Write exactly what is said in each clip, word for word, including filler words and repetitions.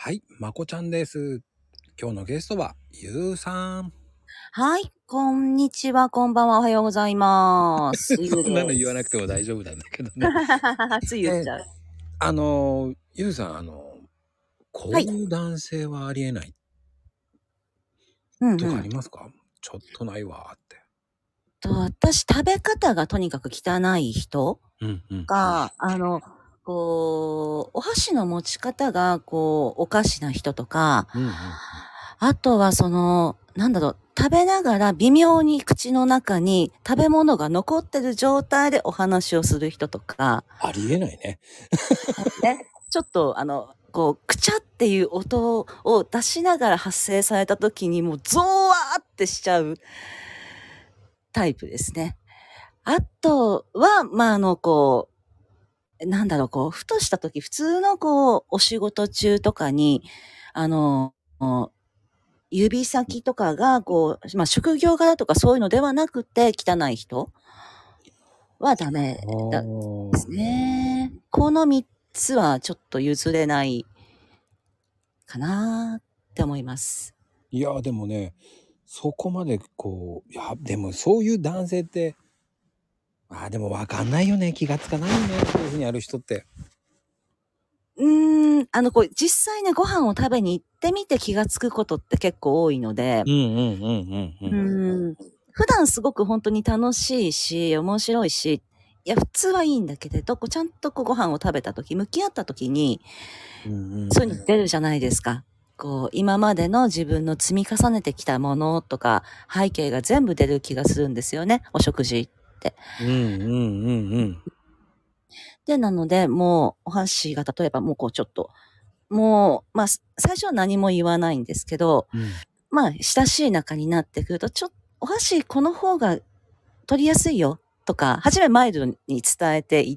はい、まこちゃんです。今日のゲストはゆうさん。 はい、こんにちは、こんばんは、おはようございます。ゆうそんなので言わなくてもす。 大丈夫なんだけどね。 つい言っえ、 ちゃう。 あの、ゆうさん、あの、こはい。 ういう男性はありえないとかあうんうん。 りますか？ちょっとないわーって。 と、私、食べ方がとにかく汚い人うんうん。 が、あの、こう、お箸の持ち方が、こう、おかしな人とか、 うんうんうん。 あとはその、なんだろう、食べながら微妙に口の中に食べ物が残ってる状態でお話をする人とか、 ありえないね。 ね、ちょっとあの、こう、くちゃっていう音を出しながら発声された時にもうゾワーってしちゃうタイプですね。あとは、まあ、あの、こう、なんだろう、こう、ふとした時、普通のこう、お仕事中とかに、あの、指先とかが、こう、まあ、職業柄とかそういうのではなくて、汚い人はダメだですね。このみっつはちょっと譲れないかなって思います。 いや、でもね、そこまでこう、いや、でもそういう男性って、ああ、でもわかんないよね。気がつかないよね。そういう風にやる人って。 うーん、あの、こう、実際ね、ご飯を食べに行ってみて気がつくことって結構多いので、 うんうんうんうんううん。 ーん、普段すごく本当に楽しいし、面白いし、いや、普通はいいんだけれど、こう、ちゃんとこう、ご飯を食べた時、向き合った時に、 うんうん。 そういうの出るじゃないですか。こう、今までの自分の積み重ねてきたものとか、背景が全部出る気がするんですよね、お食事って。 うんうんうんうん。 で、なので、もう、お箸が例えばもうこうちょっと、もう、まあ、最初は何も言わないんですけど、 うん。 まあ、親しい仲になってくると、ちょっと、お箸この方が取りやすいよとか、はじめマイルドに伝えていって、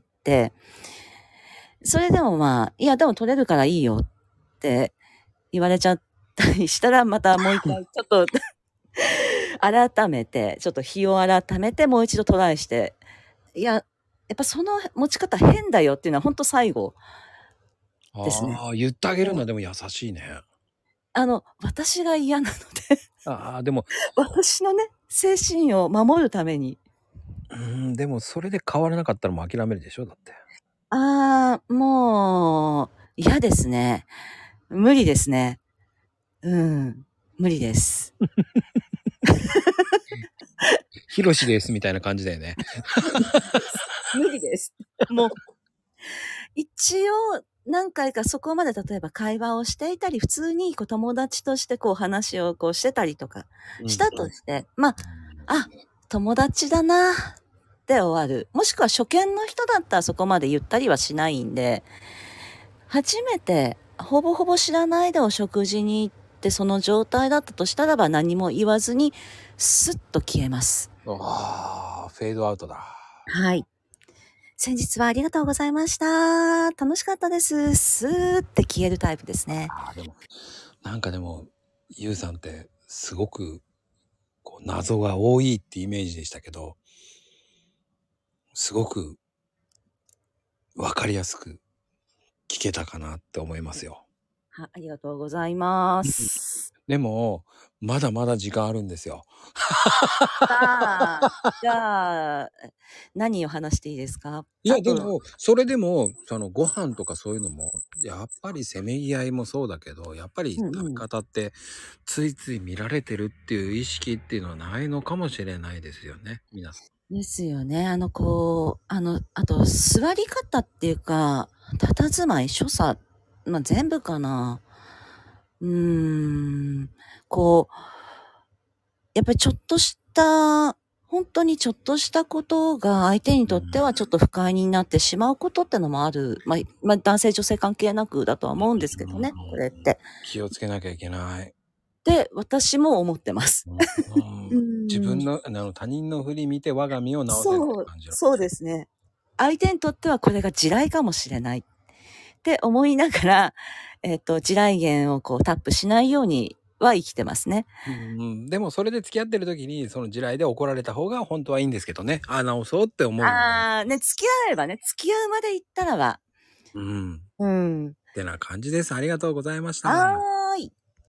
それでもまあ、いや、でも取れるからいいよって言われちゃったりしたら、またもう一回、ちょっと改めて、ちょっと日を改めてもう一度トライして、いや、やっぱその持ち方変だよっていうのは本当最後ですね。 ああ、言ってあげるのもう、 はでも優しいね。 あの、私が嫌なのでああ、でも、 私のね、精神を守るために。 うーん、でもそれで変わらなかったらもう諦めるでしょ？だって。 ああ、もう、嫌ですね。無理ですね。うん。無理です。 ヒロシですみたいな感じだよね。 無理です。もう、一応、何回かそこまで例えば会話をしていたり、普通にこう友達としてこう話をこうしてたりとかうん。 したとして、まあ、あ、友達だなって終わる。もしくは初見の人だったらそこまで言ったりはしないんで、初めてほぼほぼ知らないでお食事に行ってその状態だったとしたらば何も言わずにスッと消えます。 ああ、フェードアウトだ。 はい。先日はありがとうございました。楽しかったです。スーって消えるタイプですね。 ああ、でも、なんかでも、ユウさんってすごくこう謎が多いってイメージでしたけど、すごくわかりやすく聞けたかなって思いますよ。 は、ありがとうございまうん。 す。 でも、まだまだ時間あるんですよ。 さあ、じゃあ、何を話していいですか？ いや、 あと、 でも、それでも、そのご飯とかそういうのも、やっぱりせめぎ合いもそうだけど、やっぱり食べうんうん。 方ってついつい見られてるっていう意識っていうのはないのかもしれないですよね、皆さですよね。あの、こう、あの、あと、座り方っていうか、佇まい、所作、まあ、全部かな。うーん、こう、やっぱりちょっとした、本当にちょっとしたことが相手にん。うとってはちょっと不快になってしまうことってのもある。まあ、まあ、男性女性関係なくだとは思うんですけどね、これって。 気をつけなきゃいけない。 で、私も思ってます。 うん。 うーん。 自分の、あの、他人の振り見て我が身を直せってそう、 感じの。 そうですね。相手にとってはこれが地雷かもしれないって思いながら、えっと、地雷原をこうタップしないようには生きてますね。 うんうん。でもそれで付き合ってる時に、その地雷で怒られた方が本当はいいんですけどね。ああ、直そうって思うのが。 ああ、ね、付き合えばね、付き合うまで行ったらば、 うん。 うん。 ってな感じです。ありがとうございました。 はーい。